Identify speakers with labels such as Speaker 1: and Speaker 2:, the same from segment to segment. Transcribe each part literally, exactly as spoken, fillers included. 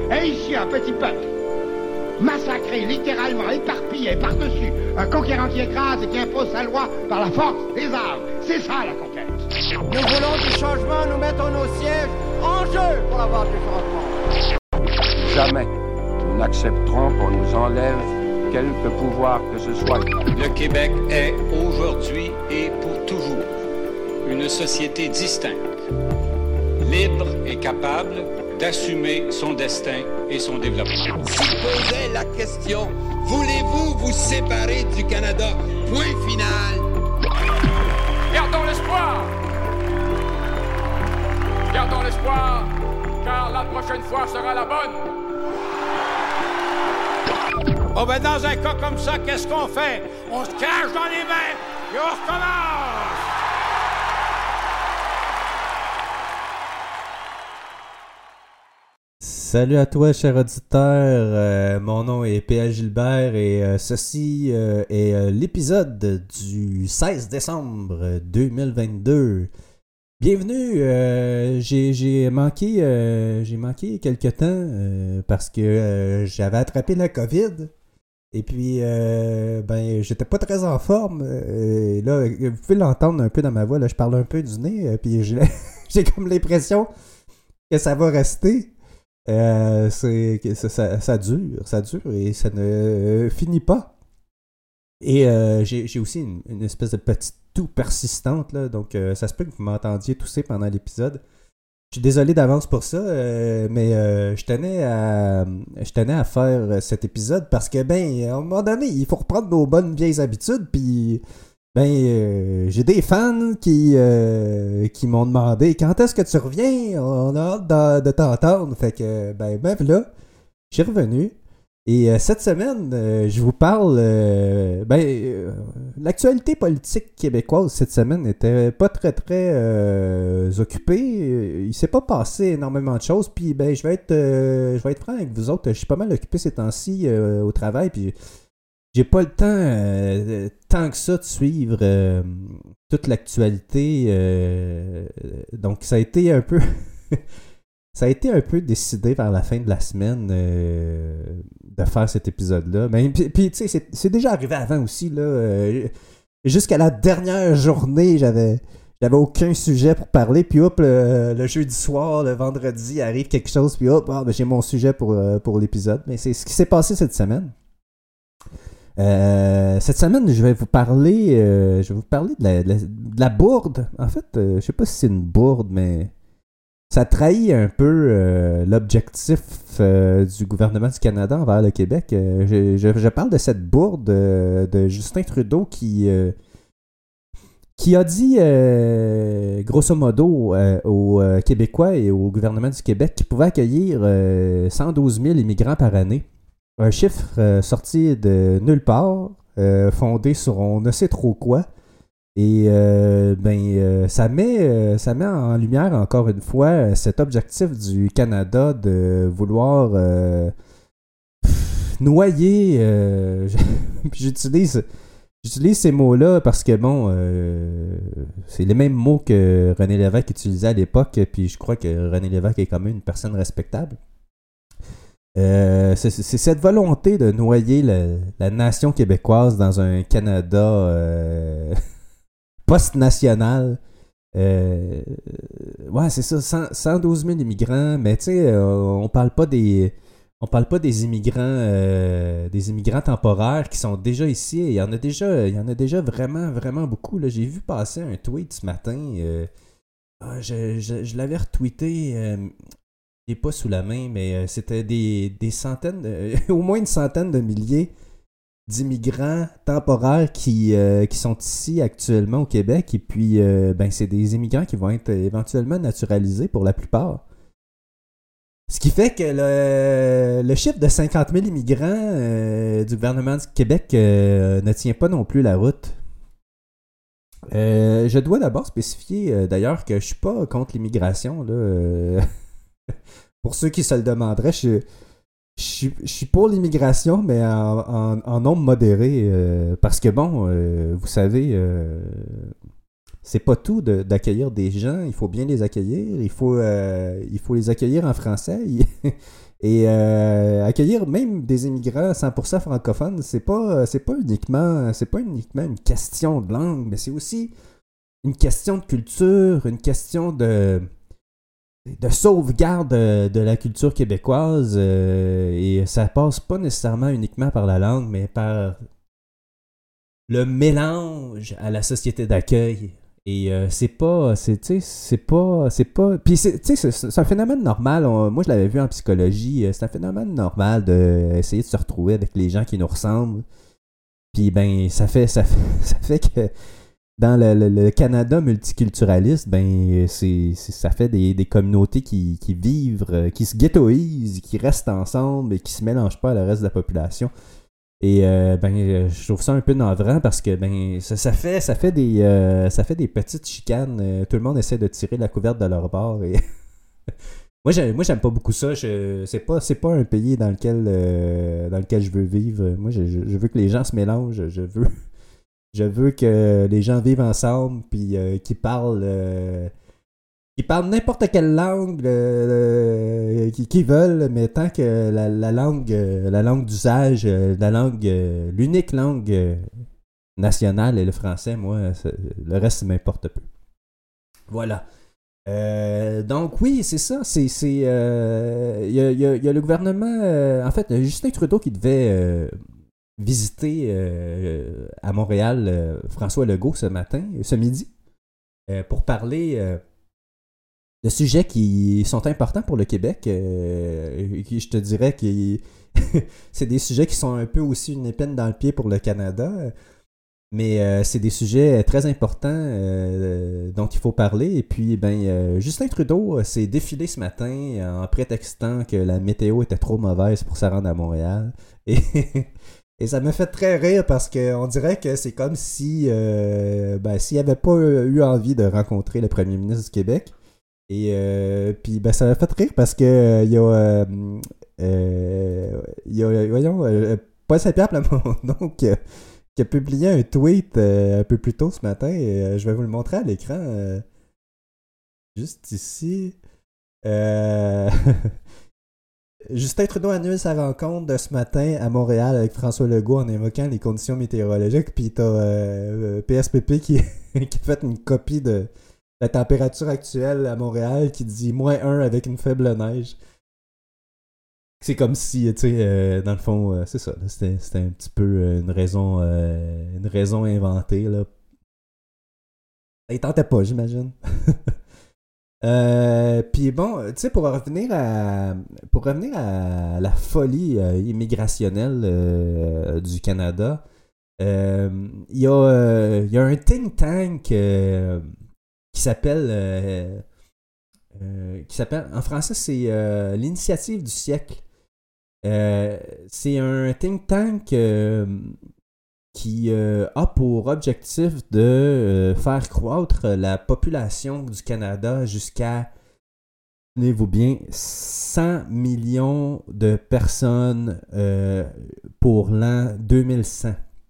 Speaker 1: Et ici, un petit peuple, massacré, littéralement éparpillé par-dessus, un conquérant qui écrase et qui impose sa loi par la force des armes. C'est ça, la conquête.
Speaker 2: Nous voulons du changement, nous mettons nos sièges en jeu pour avoir du changement.
Speaker 3: Jamais nous n'accepterons qu'on nous enlève quelque pouvoir que ce soit.
Speaker 4: Le Québec est aujourd'hui et pour toujours une société distincte, libre et capable d'assumer son destin et son développement.
Speaker 5: Se posait la question, voulez-vous vous séparer du Canada? Point final.
Speaker 6: Gardons l'espoir. Gardons l'espoir, car la prochaine fois sera la bonne.
Speaker 7: Oh ben dans un cas comme ça, qu'est-ce qu'on fait? On se cache dans les mains et on recommence!
Speaker 8: Salut à toi, cher auditeur. Euh, mon nom est P A Gilbert et euh, ceci euh, est euh, l'épisode du seize décembre deux mille vingt-deux. Bienvenue. Euh, j'ai, j'ai manqué, euh, j'ai manqué quelques temps euh, parce que euh, j'avais attrapé la COVID. Et puis, euh, ben, j'étais pas très en forme. Euh, là, vous pouvez l'entendre un peu dans ma voix. Là, je parle un peu du nez. Euh, puis j'ai, j'ai comme l'impression que ça va rester. Euh, c'est, ça, ça, ça dure, ça dure et ça ne euh, finit pas. Et euh, j'ai, j'ai aussi une, une espèce de petite toux persistante, là, donc euh, ça se peut que vous m'entendiez tousser pendant l'épisode. Je suis désolé d'avance pour ça, euh, mais euh, je tenais à je tenais à faire cet épisode parce que, ben, à un moment donné, il faut reprendre nos bonnes vieilles habitudes, puis ben, euh, j'ai des fans qui, euh, qui m'ont demandé « Quand est-ce que tu reviens? On a hâte de, de t'entendre. » Fait que, ben, ben, là, je suis revenu. Et euh, cette semaine, euh, je vous parle... Euh, ben, euh, l'actualité politique québécoise cette semaine n'était pas très, très euh, occupée. Il s'est pas passé énormément de choses. Puis, ben, je vais être euh, je vais être franc avec vous autres. Je suis pas mal occupé ces temps-ci euh, au travail. Puis, j'ai pas le temps, euh, tant que ça, de suivre euh, toute l'actualité. Euh, donc, ça a été un peu... ça a été un peu décidé vers la fin de la semaine euh, de faire cet épisode-là. Mais puis, puis tu sais, c'est, c'est déjà arrivé avant aussi, là. Euh, jusqu'à la dernière journée, j'avais... J'avais aucun sujet pour parler, puis hop, le, le jeudi soir, le vendredi, arrive quelque chose, puis hop, ah, ben, j'ai mon sujet pour, pour l'épisode. Mais c'est ce qui s'est passé cette semaine. Euh, cette semaine, je vais vous parler, euh, je vais vous parler de la, de la, de la bourde. En fait, euh, je sais pas si c'est une bourde, mais ça trahit un peu euh, l'objectif euh, du gouvernement du Canada envers le Québec. Euh, je, je, je parle de cette bourde euh, de Justin Trudeau qui euh, qui a dit, euh, grosso modo, euh, aux euh, Québécois et au gouvernement du Québec qu'il pouvait accueillir euh, cent douze mille immigrants par année. Un chiffre euh, sorti de nulle part, euh, fondé sur on ne sait trop quoi. Et euh, ben euh, ça met euh, ça met en lumière encore une fois cet objectif du Canada de vouloir euh, pff, noyer. Euh, j'utilise j'utilise ces mots-là parce que bon, euh, c'est les mêmes mots que René Lévesque utilisait à l'époque. Puis je crois que René Lévesque est quand même une personne respectable. Euh, c'est, c'est cette volonté de noyer la, la nation québécoise dans un Canada euh, post-national. Euh, ouais, c'est ça, cent, cent douze mille immigrants, mais tu sais, euh, on parle pas des on parle pas des immigrants euh, des immigrants temporaires qui sont déjà ici. Il y en a déjà, il y en a déjà vraiment, vraiment beaucoup. Là. J'ai vu passer un tweet ce matin. Euh, je, je, je l'avais retweeté. Euh, Il n'est pas sous la main, mais euh, c'était des, des centaines, de, au moins une centaine de milliers d'immigrants temporaires qui, euh, qui sont ici actuellement au Québec. Et puis, euh, ben, c'est des immigrants qui vont être éventuellement naturalisés pour la plupart. Ce qui fait que le, le chiffre de cinquante mille immigrants euh, du gouvernement du Québec euh, ne tient pas non plus la route. Euh, je dois d'abord spécifier euh, d'ailleurs que je suis pas contre l'immigration, là. Euh, pour ceux qui se le demanderaient, je, je, je suis pour l'immigration, mais en, en, en nombre modéré. Euh, parce que bon, euh, vous savez, euh, c'est pas tout de, d'accueillir des gens. Il faut bien les accueillir. Il faut, euh, il faut les accueillir en français. Et euh, accueillir même des immigrants cent pour cent francophones, c'est pas, c'est pas uniquement, c'est pas uniquement une question de langue, mais c'est aussi une question de culture, une question de, de sauvegarde de, de la culture québécoise. Euh, et ça passe pas nécessairement uniquement par la langue, mais par le mélange à la société d'accueil. Et euh, c'est pas, c'est, tu sais, c'est pas, c'est pas... Puis, tu sais, c'est, c'est un phénomène normal. On, moi, je l'avais vu en psychologie. C'est un phénomène normal d'essayer de se retrouver avec les gens qui nous ressemblent. Puis, ben, ça fait, ça fait, ça fait que dans le, le, le Canada multiculturaliste, ben, c'est, c'est, ça fait des, des communautés qui, qui vivent, qui se ghettoisent, qui restent ensemble et qui se mélangent pas à le reste de la population. Et euh, ben je trouve ça un peu navrant parce que ben ça, ça fait ça fait des euh, ça fait des petites chicanes. Euh, tout le monde essaie de tirer la couverte de leur bord et moi j'aime moi j'aime pas beaucoup ça. Je, c'est pas c'est pas un pays dans lequel euh, dans lequel je veux vivre. Moi je, je, je veux que les gens se mélangent. Je veux je veux que les gens vivent ensemble puis euh, qu'ils parlent euh, Ils parlent n'importe quelle langue euh, qu'ils, qu'ils veulent, mais tant que la, la langue euh, la langue d'usage, euh, la langue, euh, l'unique langue euh, nationale est le français, moi, le reste m'importe peu. Voilà. Euh, donc oui, c'est ça. C'est c'est euh, y, a, y, a, y a le gouvernement. Euh, en fait, Justin Trudeau qui devait euh, visiter euh, à Montréal euh, François Legault ce matin, ce midi, euh, pour parler. Euh, de sujets qui sont importants pour le Québec. Euh, qui, je te dirais que c'est des sujets qui sont un peu aussi une épine dans le pied pour le Canada, mais euh, c'est des sujets très importants euh, dont il faut parler. Et puis, ben, euh, Justin Trudeau s'est défilé ce matin en prétextant que la météo était trop mauvaise pour se rendre à Montréal. Et, et ça me fait très rire parce qu'on dirait que c'est comme si euh, ben, s'il n'avait pas eu envie de rencontrer le premier ministre du Québec. Et euh, puis ben ça m'a fait rire parce que euh, il y a euh, euh, il y a voyons euh, Paul Saint-Pierre Plamondon qui, qui a publié un tweet euh, un peu plus tôt ce matin et euh, je vais vous le montrer à l'écran euh, juste ici. Euh... Justin Trudeau annule sa rencontre de ce matin à Montréal avec François Legault en évoquant les conditions météorologiques. Puis t'as euh, P S P P qui, qui a fait une copie de la température actuelle à Montréal qui dit moins un avec une faible neige. C'est comme si, tu sais, euh, dans le fond, euh, c'est ça. Là, c'était, c'était un petit peu euh, une raison euh, une raison inventée. Là. Il tentait pas, j'imagine. euh, Puis bon, tu sais, pour revenir à pour revenir à la folie euh, immigrationnelle euh, du Canada, il euh, y, euh, y a un think tank euh, qui s'appelle euh, euh, qui s'appelle en français c'est euh, l'initiative du siècle. Euh, c'est un think tank euh, qui euh, a pour objectif de euh, faire croître la population du Canada jusqu'à, tenez-vous bien, cent millions de personnes euh, pour l'an deux mille cent.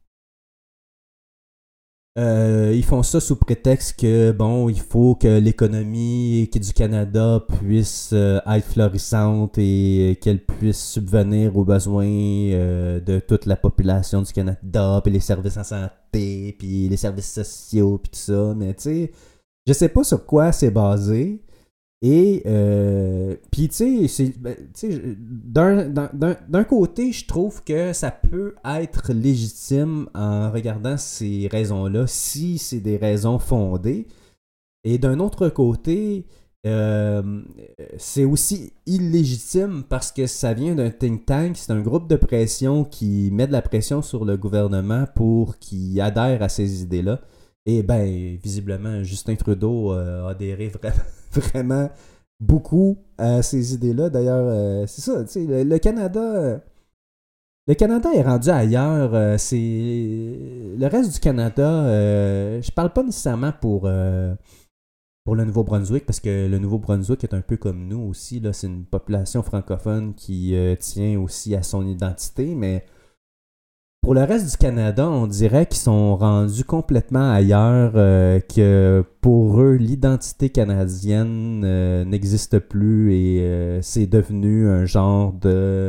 Speaker 8: Euh, ils font ça sous prétexte que, bon, il faut que l'économie du Canada puisse euh, être florissante et qu'elle puisse subvenir aux besoins euh, de toute la population du Canada, puis les services en santé, puis les services sociaux, puis tout ça. Mais tu sais, je sais pas sur quoi c'est basé. Et, euh, puis, tu sais, ben, d'un, d'un, d'un côté, je trouve que ça peut être légitime en regardant ces raisons-là, si c'est des raisons fondées. Et d'un autre côté, euh, c'est aussi illégitime parce que ça vient d'un think tank, c'est un groupe de pression qui met de la pression sur le gouvernement pour qu'il adhère à ces idées-là. Et ben, visiblement, Justin Trudeau euh, a adhéré vraiment, vraiment beaucoup à ces idées-là. D'ailleurs, euh, c'est ça, tu sais, le, le Canada... Euh, le Canada est rendu ailleurs. Euh, c'est le reste du Canada, euh, je parle pas nécessairement pour, euh, pour le Nouveau-Brunswick, parce que le Nouveau-Brunswick est un peu comme nous aussi. Là, c'est une population francophone qui euh, tient aussi à son identité, mais pour le reste du Canada, on dirait qu'ils sont rendus complètement ailleurs, euh, que pour eux, l'identité canadienne euh, n'existe plus et euh, c'est devenu un genre de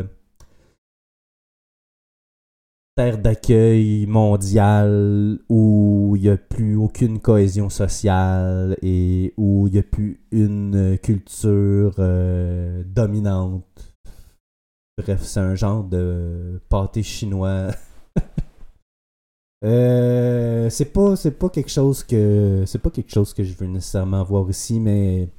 Speaker 8: terre d'accueil mondiale où il n'y a plus aucune cohésion sociale et où il n'y a plus une culture euh, dominante. Bref, c'est un genre de pâté chinois. euh, c'est pas c'est pas quelque chose que c'est pas quelque chose que je veux nécessairement voir ici, mais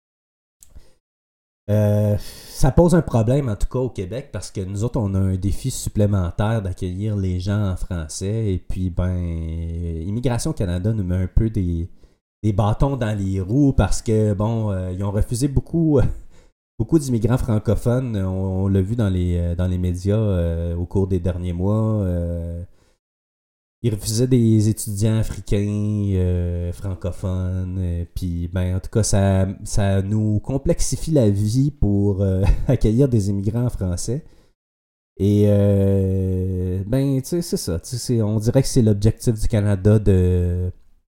Speaker 8: euh, ça pose un problème en tout cas au Québec parce que nous autres on a un défi supplémentaire d'accueillir les gens en français et puis ben Immigration Canada nous met un peu des, des bâtons dans les roues parce que bon euh, ils ont refusé beaucoup beaucoup d'immigrants francophones, on, on l'a vu dans les dans les médias euh, au cours des derniers mois. Euh, ils refusaient des étudiants africains, euh, francophones. Euh, Puis, ben, en tout cas, ça, ça nous complexifie la vie pour euh, accueillir des immigrants français. Et, euh, ben, tu sais, c'est ça. C'est, on dirait que c'est l'objectif du Canada de,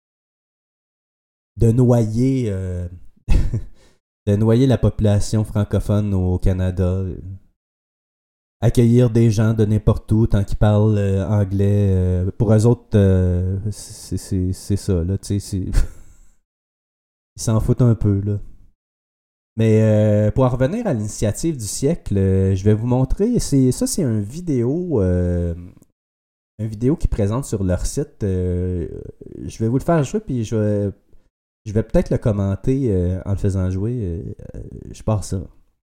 Speaker 8: de noyer, euh, de noyer la population francophone au Canada. Accueillir des gens de n'importe où tant qu'ils parlent euh, anglais. Euh, pour eux autres, euh, c'est, c'est, c'est ça, là, tu sais, c'est... Ils s'en foutent un peu, là. Mais euh, pour en revenir à l'initiative du siècle, euh, je vais vous montrer, c'est, ça c'est une vidéo, euh, une vidéo qui présente sur leur site. Euh, je vais vous le faire jouer, puis je vais, je vais peut-être le commenter euh, en le faisant jouer. Euh, je pars ça.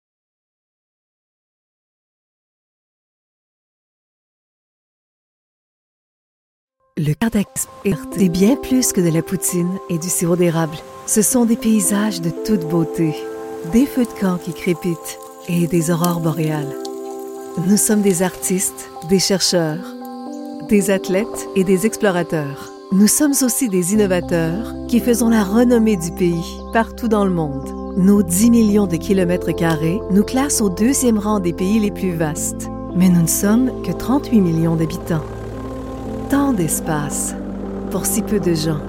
Speaker 9: Le Canada c'est bien plus que de la poutine et du sirop d'érable. Ce sont des paysages de toute beauté, des feux de camp qui crépitent et des aurores boréales. Nous sommes des artistes, des chercheurs, des athlètes et des explorateurs. Nous sommes aussi des innovateurs qui faisons la renommée du pays partout dans le monde. Nos dix millions de kilomètres carrés nous classent au deuxième rang des pays les plus vastes. Mais nous ne sommes que trente-huit millions d'habitants. Tant d'espace pour si peu de gens.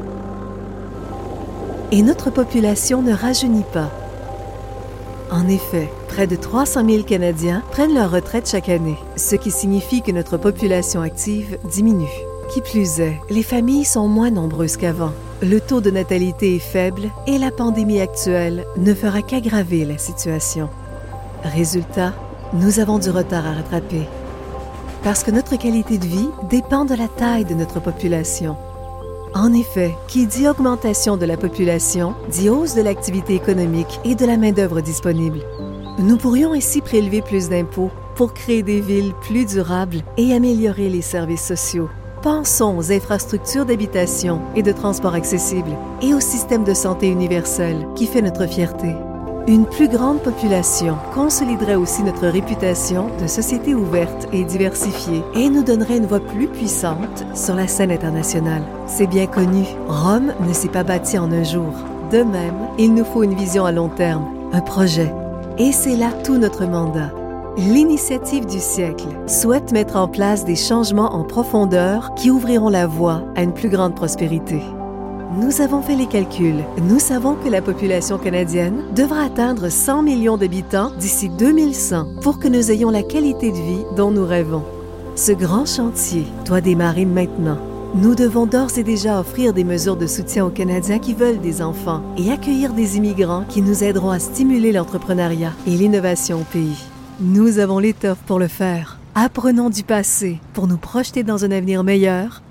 Speaker 9: Et notre population ne rajeunit pas. En effet, près de trois cent mille Canadiens prennent leur retraite chaque année, ce qui signifie que notre population active diminue. Qui plus est, les familles sont moins nombreuses qu'avant. Le taux de natalité est faible et la pandémie actuelle ne fera qu'aggraver la situation. Résultat, nous avons du retard à rattraper. Parce que notre qualité de vie dépend de la taille de notre population. En effet, qui dit augmentation de la population, dit hausse de l'activité économique et de la main-d'œuvre disponible. Nous pourrions ainsi prélever plus d'impôts pour créer des villes plus durables et améliorer les services sociaux. Pensons aux infrastructures d'habitation et de transport accessibles et au système de santé universel qui fait notre fierté. Une plus grande population consoliderait aussi notre réputation de société ouverte et diversifiée et nous donnerait une voix plus puissante sur la scène internationale. C'est bien connu, Rome ne s'est pas bâti en un jour. De même, il nous faut une vision à long terme, un projet. Et c'est là tout notre mandat. L'initiative du siècle souhaite mettre en place des changements en profondeur qui ouvriront la voie à une plus grande prospérité. Nous avons fait les calculs. Nous savons que la population canadienne devra atteindre cent millions d'habitants d'ici deux mille cent pour que nous ayons la qualité de vie dont nous rêvons. Ce grand chantier doit démarrer maintenant. Nous devons d'ores et déjà offrir des mesures de soutien aux Canadiens qui veulent des enfants et accueillir des immigrants qui nous aideront à stimuler l'entrepreneuriat et l'innovation au pays. Nous avons l'étoffe pour le faire. Apprenons du passé pour nous projeter dans un avenir meilleur.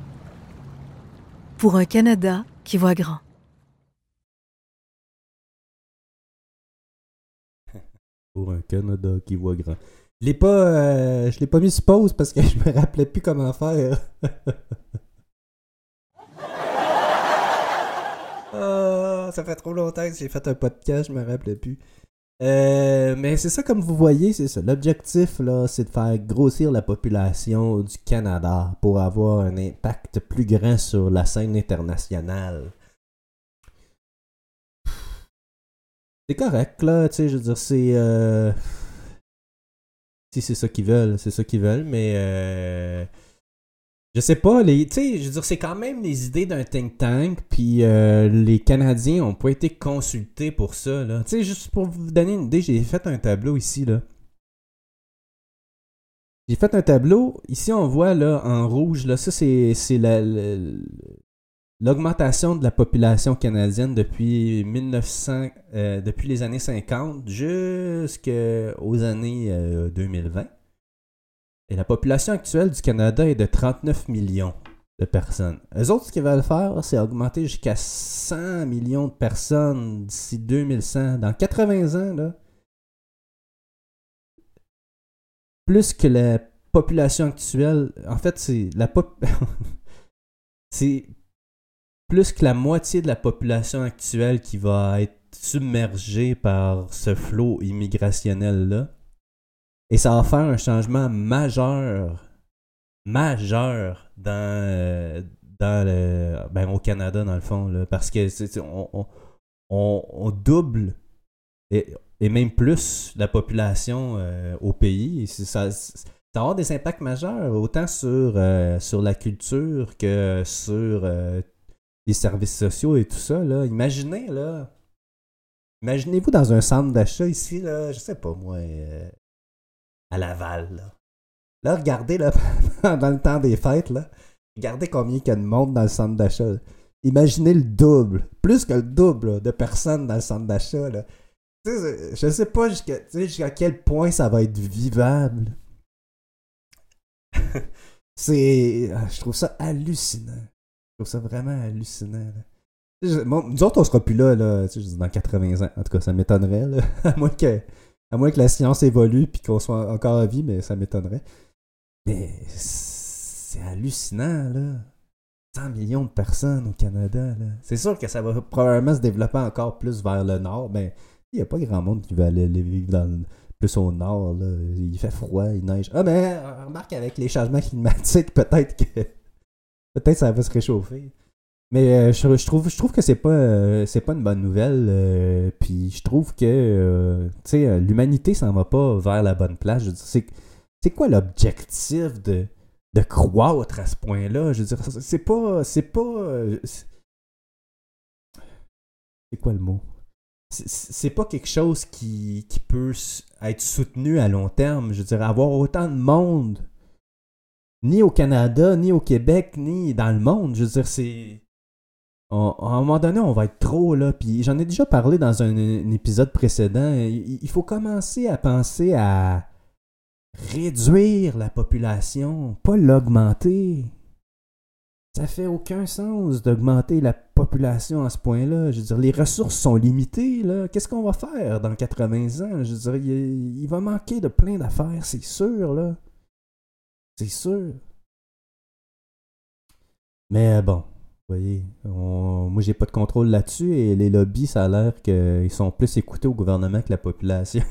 Speaker 9: Pour un Canada qui voit grand.
Speaker 8: Pour un Canada qui voit grand. Je l'ai pas, euh, je l'ai pas mis sur pause parce que je me rappelais plus comment faire. Oh, ça fait trop longtemps que j'ai fait un podcast, je me rappelais plus. Euh, mais c'est ça, comme vous voyez, c'est ça. L'objectif, là, c'est de faire grossir la population du Canada pour avoir un impact plus grand sur la scène internationale. C'est correct, là, tu sais, je veux dire, c'est... Euh... Si c'est ça qu'ils veulent, c'est ça qu'ils veulent, mais... Euh... Je sais pas, les, tu sais, je veux dire, c'est quand même les idées d'un think tank, puis euh, les Canadiens ont pas été consultés pour ça, là. Tu sais, juste pour vous donner une idée, j'ai fait un tableau ici, là. J'ai fait un tableau, ici on voit, là, en rouge, là, ça c'est, c'est la, la, l'augmentation de la population canadienne depuis mille neuf cents, euh, depuis les années cinquante jusqu'aux années euh, deux mille vingt. Et la population actuelle du Canada est de trente-neuf millions de personnes. Eux autres, ce qu'ils veulent faire, c'est augmenter jusqu'à cent millions de personnes d'ici deux mille cent. Dans quatre-vingts ans, là, plus que la population actuelle... En fait, c'est la pop... c'est plus que la moitié de la population actuelle qui va être submergée par ce flot immigrationnel-là. Et ça va faire un changement majeur, majeur dans, euh, dans le, ben, au Canada, dans le fond, là, parce que c'est, on, on, on, on double et, et même plus la population euh, au pays. Ça, ça va avoir des impacts majeurs, autant sur, euh, sur la culture que sur euh, les services sociaux et tout ça. Là. Imaginez, là, imaginez-vous dans un centre d'achat ici, là, je sais pas moi... Euh, à Laval, là. Là, regardez, là, dans le temps des fêtes, là, regardez combien il y a de monde dans le centre d'achat. Là. Imaginez le double, plus que le double là, de personnes dans le centre d'achat, là. Tu sais, je sais pas jusqu'à, tu sais, jusqu'à quel point ça va être vivable. C'est... Je trouve ça hallucinant. Je trouve ça vraiment hallucinant, là. Bon, nous autres, on sera plus là, là, tu sais, dans quatre-vingts ans. En tout cas, ça m'étonnerait, là, à moins que... À moins que la science évolue et qu'on soit encore à vie, mais ça m'étonnerait. Mais c'est hallucinant, là. cent millions de personnes au Canada, là. C'est sûr que ça va probablement se développer encore plus vers le nord, mais il n'y a pas grand monde qui va aller, aller vivre dans le, plus au nord, là. Il fait froid, il neige. Ah, mais remarque, avec les changements climatiques, peut-être que peut-être ça va se réchauffer. Mais euh, je, je, trouve, je trouve que c'est pas, euh, c'est pas une bonne nouvelle. Euh, puis je trouve que euh, tu sais, l'humanité s'en va pas vers la bonne place. Je veux dire, c'est, c'est quoi l'objectif de, de croître à ce point-là? Je veux dire, c'est pas. C'est pas. C'est, c'est quoi le mot? C'est, c'est pas quelque chose qui, qui peut être soutenu à long terme. Je veux dire, avoir autant de monde, ni au Canada, ni au Québec, ni dans le monde. Je veux dire, c'est. On, à un moment donné, on va être trop, là. Puis j'en ai déjà parlé dans un, un épisode précédent. Il, il faut commencer à penser à réduire la population, pas l'augmenter. Ça fait aucun sens d'augmenter la population à ce point-là. Je veux dire, les ressources sont limitées, là. Qu'est-ce qu'on va faire dans quatre-vingts ans? Je veux dire, il, il va manquer de plein d'affaires, c'est sûr, là. C'est sûr. Mais bon. Vous voyez, on... moi j'ai pas de contrôle là-dessus et les lobbies, ça a l'air qu'ils sont plus écoutés au gouvernement que la population.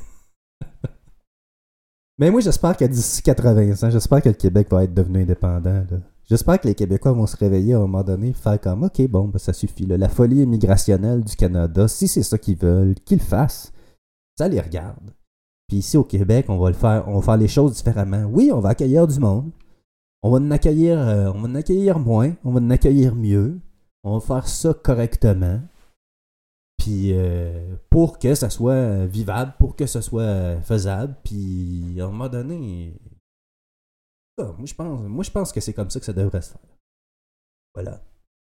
Speaker 8: Mais moi j'espère que d'ici quatre-vingts ans, j'espère que le Québec va être devenu indépendant. Là. J'espère que les Québécois vont se réveiller à un moment donné, faire comme ok, bon, ben, ça suffit. Là. La folie immigrationnelle du Canada, si c'est ça qu'ils veulent, qu'ils le fassent, ça les regarde. Puis ici au Québec, on va le faire, on va faire les choses différemment. Oui, on va accueillir du monde. On va en accueillir, euh, on va en accueillir moins, on va en accueillir mieux, on va faire ça correctement, puis euh, pour que ça soit vivable, pour que ça soit faisable, puis à un moment donné, moi je pense, moi je pense que c'est comme ça que ça devrait se faire. Voilà.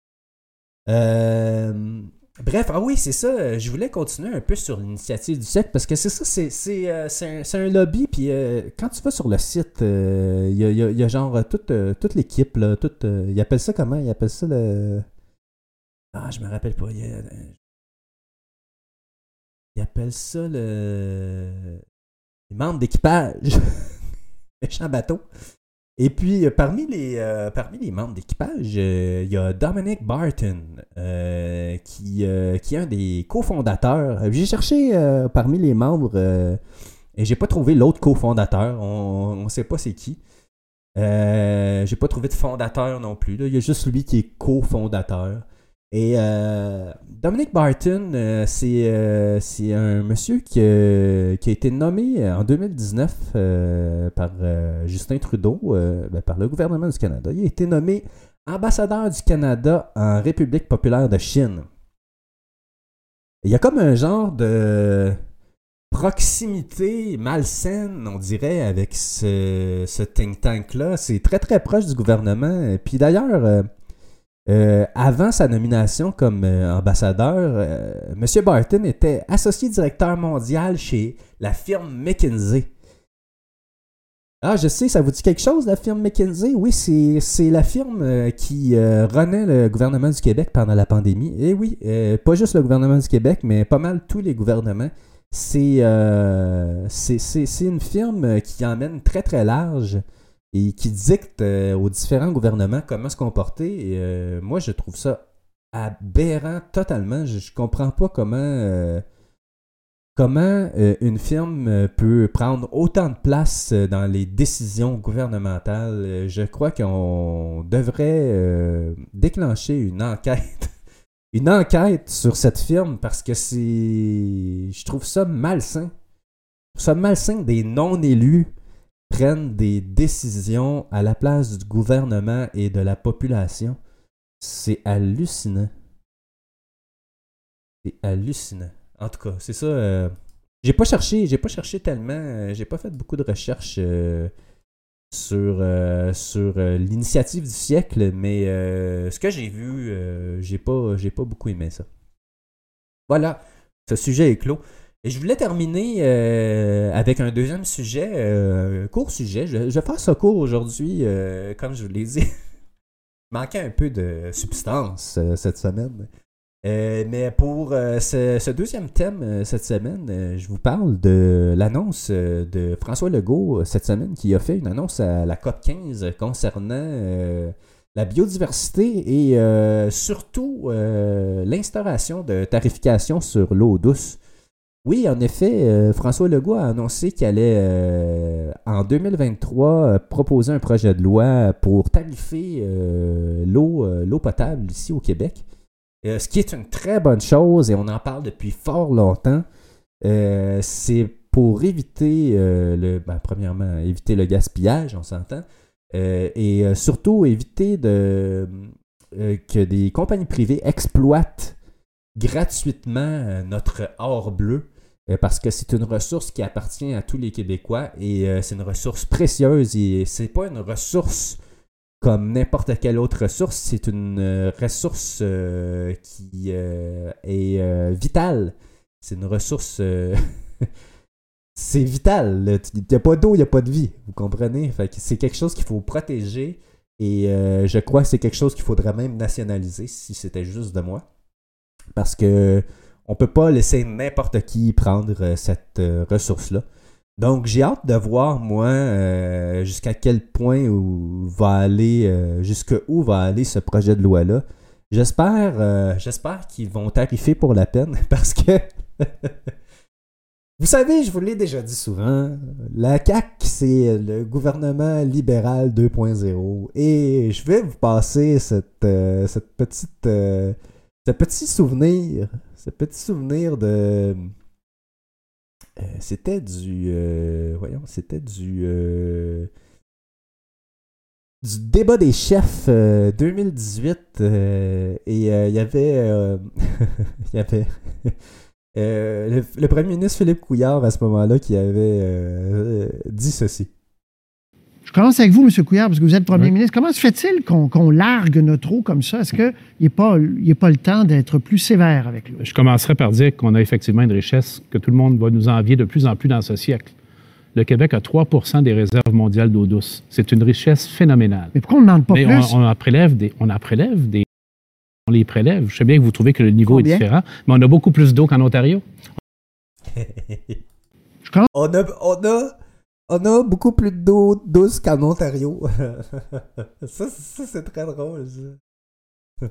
Speaker 8: Euh, bref, ah oui, c'est ça, je voulais continuer un peu sur l'initiative du siècle, parce que c'est ça, c'est, c'est, euh, c'est, un, c'est un lobby, puis euh, quand tu vas sur le site, il euh, y, a, y, a, y a genre toute, euh, toute l'équipe, là, toute, euh, ils appellent ça comment? Ils appellent ça le... Ah, je me rappelle pas, il y a... Ils appellent ça le... les membres d'équipage. Méchant bateau. Et puis, euh, parmi, les, euh, parmi les membres d'équipage, il euh, y a Dominic Barton, euh, qui, euh, qui est un des cofondateurs. J'ai cherché euh, parmi les membres euh, et j'ai pas trouvé l'autre cofondateur. On ne sait pas c'est qui. Euh, j'ai pas trouvé de fondateur non plus. Il y a juste lui qui est cofondateur. Et euh, Dominic Barton, euh, c'est, euh, c'est un monsieur qui, euh, qui a été nommé en deux mille dix-neuf euh, par euh, Justin Trudeau, euh, ben, par le gouvernement du Canada. Il a été nommé ambassadeur du Canada en République populaire de Chine. Il y a comme un genre de proximité malsaine, on dirait, avec ce, ce think tank-là. C'est très très proche du gouvernement. Puis d'ailleurs, euh, euh, avant sa nomination comme euh, ambassadeur, euh, M. Barton était associé directeur mondial chez la firme McKinsey. Ah, je sais, ça vous dit quelque chose, la firme McKinsey? Oui, c'est, c'est la firme euh, qui euh, renaît le gouvernement du Québec pendant la pandémie. Et oui, euh, pas juste le gouvernement du Québec, mais pas mal tous les gouvernements. C'est, euh, c'est, c'est, c'est une firme qui emmène très très large et qui dicte euh, aux différents gouvernements comment se comporter. Et, euh, moi, je trouve ça aberrant totalement. Je, je comprends pas comment... Euh, Comment euh, une firme euh, peut prendre autant de place euh, dans les décisions gouvernementales? Euh, je crois qu'on devrait euh, déclencher une enquête. une enquête sur cette firme parce que c'est... Je trouve ça malsain. Je trouve ça malsain que des non-élus prennent des décisions à la place du gouvernement et de la population. C'est hallucinant. C'est hallucinant. En tout cas, c'est ça. Euh, j'ai pas cherché, j'ai pas cherché tellement, euh, j'ai pas fait beaucoup de recherches euh, sur, euh, sur euh, l'initiative du siècle, mais euh, ce que j'ai vu, euh, j'ai pas, j'ai pas beaucoup aimé ça. Voilà, ce sujet est clos. Et je voulais terminer euh, avec un deuxième sujet, euh, court sujet. Je, je vais faire ça court aujourd'hui, euh, comme je vous l'ai dit. Il manquait un peu de substance euh, cette semaine. Euh, mais pour euh, ce, ce deuxième thème euh, cette semaine, euh, je vous parle de l'annonce euh, de François Legault euh, cette semaine qui a fait une annonce à la C O P quinze concernant euh, la biodiversité et euh, surtout euh, l'instauration de tarification sur l'eau douce. Oui, en effet, euh, François Legault a annoncé qu'il allait euh, en deux mille vingt-trois euh, proposer un projet de loi pour tarifer euh, l'eau, euh, l'eau potable ici au Québec. Euh, ce qui est une très bonne chose et on en parle depuis fort longtemps. Euh, c'est pour éviter, euh, le, ben, premièrement, éviter le gaspillage, on s'entend, euh, et euh, surtout éviter de, euh, que des compagnies privées exploitent gratuitement euh, notre or bleu euh, parce que c'est une ressource qui appartient à tous les Québécois et euh, c'est une ressource précieuse et c'est pas une ressource comme n'importe quelle autre ressource, c'est une euh, ressource euh, qui euh, est euh, vitale. C'est une ressource... Euh, c'est vital. Il n'y a pas d'eau, il n'y a pas de vie. Vous comprenez? Fait que c'est quelque chose qu'il faut protéger et euh, je crois que c'est quelque chose qu'il faudrait même nationaliser si c'était juste de moi. Parce que on ne peut pas laisser n'importe qui prendre cette euh, ressource-là. Donc, j'ai hâte de voir, moi, euh, jusqu'à quel point où va aller, euh, jusqu'où va aller ce projet de loi-là. J'espère, euh, j'espère qu'ils vont tarifer pour la peine, parce que, vous savez, je vous l'ai déjà dit souvent, la C A Q, c'est le gouvernement libéral deux point zéro. Et je vais vous passer cette, euh, cette petite, euh, ce petit souvenir, ce petit souvenir de... Euh, c'était du... Euh, voyons, c'était du... Euh, du débat des chefs euh, deux mille dix-huit. Euh, et il euh, y avait... Il y avait... euh, le, le premier ministre Philippe Couillard, à ce moment-là, qui avait euh, dit ceci.
Speaker 10: Je commence avec vous, M. Couillard, parce que vous êtes premier oui. ministre. Comment se fait-il qu'on, qu'on largue notre eau comme ça? Est-ce qu'il n'est pas, pas le temps d'être plus sévère avec l'eau?
Speaker 11: Je commencerai par dire qu'on a effectivement une richesse que tout le monde va nous envier de plus en plus dans ce siècle. Le Québec a trois pour cent des réserves mondiales d'eau douce. C'est une richesse phénoménale.
Speaker 10: Mais pourquoi on n'en demande pas
Speaker 11: Mais
Speaker 10: plus?
Speaker 11: On, on en prélève des... On en prélève des... On les prélève. Je sais bien que vous trouvez que le niveau Combien? est différent, mais on a beaucoup plus d'eau qu'en Ontario.
Speaker 8: Je commence... On a... On a... On a beaucoup plus d'eau douce qu'en Ontario. ça, ça, c'est très drôle, ça.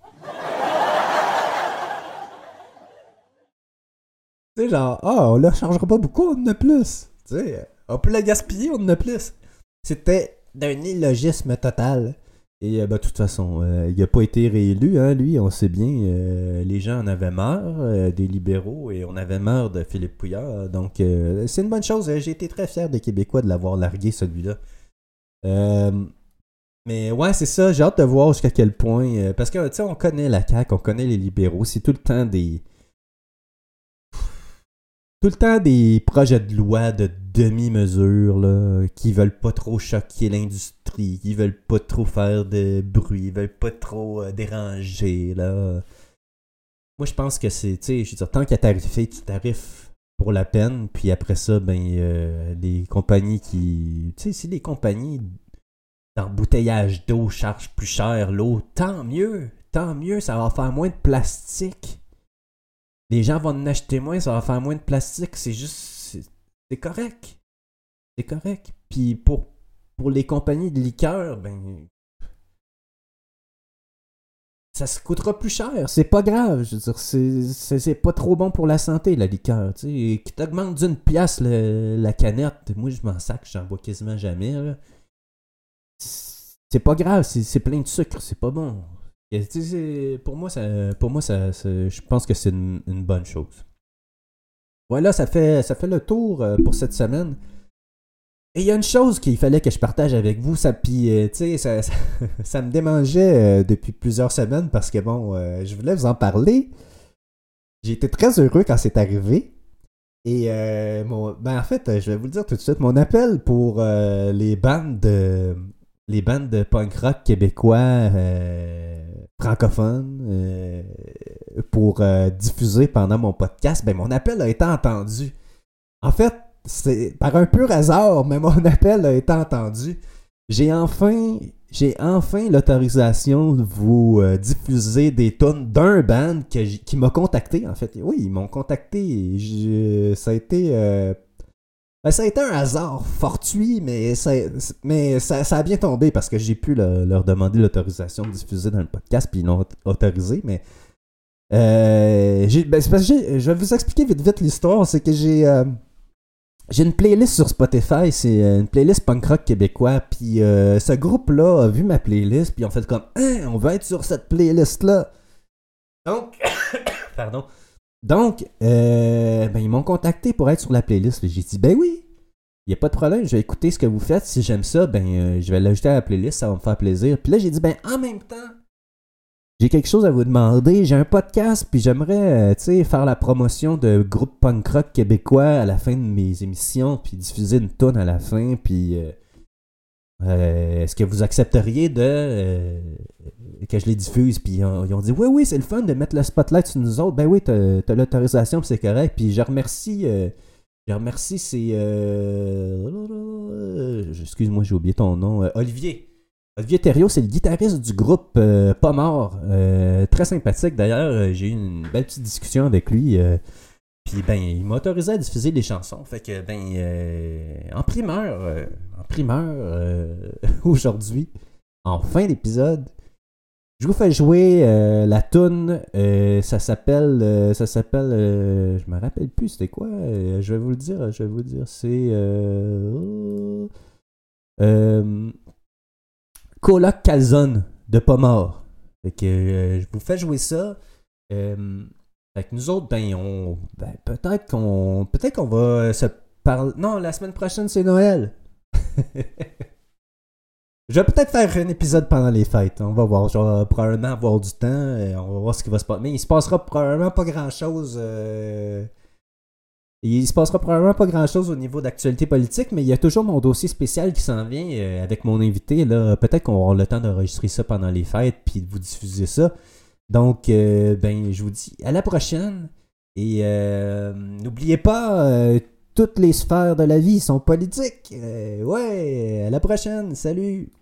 Speaker 8: Tu sais, genre, ah, on la chargera pas beaucoup, on en a plus. Tu sais, on peut la gaspiller, on en a plus. C'était d'un illogisme total. Et euh, ben, de toute façon, euh, il n'a pas été réélu, hein, lui, on sait bien. Euh, les gens en avaient marre euh, des libéraux et on avait marre de Philippe Couillard. Donc, euh, c'est une bonne chose. J'ai été très fier des Québécois de l'avoir largué, celui-là. Euh, mais ouais, c'est ça. J'ai hâte de voir jusqu'à quel point. Euh, parce que, tu sais, on connaît la C A Q, on connaît les libéraux. C'est tout le temps des... Tout le temps des projets de loi de demi-mesure là, qui veulent pas trop choquer l'industrie, qui veulent pas trop faire de bruit, ils veulent pas trop euh, déranger. Là. Moi, je pense que c'est, tu sais, je veux dire, tant qu'à tarifer, tu tarifes pour la peine, puis après ça, ben, euh, les compagnies qui. Tu sais, si les compagnies d'embouteillage d'eau chargent plus cher l'eau, tant mieux, tant mieux, ça va faire moins de plastique. Les gens vont en acheter moins, ça va faire moins de plastique. C'est juste... C'est, c'est correct. C'est correct. Puis pour, pour les compagnies de liqueurs, ben... ça se coûtera plus cher. C'est pas grave. Je veux dire, c'est, c'est, c'est pas trop bon pour la santé, la liqueur. Tu sais, qui t'augmente d'une pièce le, la canette. Moi, je m'en sac, j'en bois quasiment jamais. Là. C'est, c'est pas grave. C'est, c'est plein de sucre. C'est pas bon. C'est, pour moi, ça, pour moi ça, ça, je pense que c'est une, une bonne chose. Voilà, ça fait, ça fait le tour euh, pour cette semaine. Et il y a une chose qu'il fallait que je partage avec vous, ça, puis, euh, tu sais, ça, ça, ça me démangeait euh, depuis plusieurs semaines parce que, bon, euh, je voulais vous en parler. J'ai été très heureux quand c'est arrivé. Et, euh, mon, ben, en fait, je vais vous le dire tout de suite, mon appel pour euh, les bandes de, les bandes de punk rock québécois euh, francophones euh, pour euh, diffuser pendant mon podcast, ben, mon appel a été entendu. En fait, c'est par un pur hasard, mais mon appel a été entendu. J'ai enfin, j'ai enfin l'autorisation de vous euh, diffuser des tunes d'un band que j- qui m'a contacté, en fait. Oui, ils m'ont contacté. Je, ça a été... Euh, ben, ça a été un hasard fortuit, mais, ça, mais ça, ça a bien tombé parce que j'ai pu le, leur demander l'autorisation de diffuser dans le podcast, puis ils l'ont autorisé, mais... Euh, j'ai, ben, c'est parce que j'ai, je vais vous expliquer vite vite l'histoire. C'est que j'ai... Euh, J'ai une playlist sur Spotify, c'est une playlist punk rock québécois, puis euh, ce groupe-là a vu ma playlist, puis ils ont fait comme hein, on va être sur cette playlist-là. Donc, pardon. Donc, euh, ben ils m'ont contacté pour être sur la playlist, et j'ai dit ben oui, il y a pas de problème, je vais écouter ce que vous faites, si j'aime ça, ben euh, je vais l'ajouter à la playlist, ça va me faire plaisir. Puis là j'ai dit ben en même temps, j'ai quelque chose à vous demander. J'ai un podcast, puis j'aimerais, euh, tu sais, faire la promotion de groupes punk rock québécois à la fin de mes émissions, puis diffuser une toune à la fin, puis euh, euh, est-ce que vous accepteriez de euh, que je les diffuse? Puis ils ont, ils ont dit oui, oui, c'est le fun de mettre le spotlight sur nous autres. Ben oui, t'as, t'as l'autorisation, puis c'est correct. Puis je remercie, euh, je remercie, c'est, euh, excuse-moi, j'ai oublié ton nom, euh, Olivier. Olivier Thériault, c'est le guitariste du groupe euh, Pas Mort. Euh, très sympathique d'ailleurs. Euh, j'ai eu une belle petite discussion avec lui. Euh, Puis ben, il m'a autorisé à diffuser des chansons. Fait que ben euh, en primeur, euh, en primeur euh, aujourd'hui, en fin d'épisode, je vous fais jouer euh, la toune. Euh, ça s'appelle. Euh, ça s'appelle. Euh, je me rappelle plus c'était quoi. Euh, je vais vous le dire. Je vais vous le dire. C'est. Euh, euh, Coloc Calzone de Pas Mort. Fait que euh, je vous fais jouer ça. Euh, fait que nous autres, ben, on. Ben, peut-être qu'on. Peut-être qu'on va se parler. Non, la semaine prochaine, c'est Noël. Je vais peut-être faire un épisode pendant les fêtes. On va voir. Je vais probablement avoir du temps. On va voir ce qui va se passer. Mais il se passera probablement pas grand-chose. Euh... Il se passera probablement pas grand-chose au niveau d'actualité politique, mais il y a toujours mon dossier spécial qui s'en vient euh, avec mon invité. Là. Peut-être qu'on va avoir le temps d'enregistrer ça pendant les fêtes puis de vous diffuser ça. Donc, euh, ben, je vous dis à la prochaine. Et euh, n'oubliez pas, euh, toutes les sphères de la vie sont politiques. Euh, ouais, à la prochaine. Salut!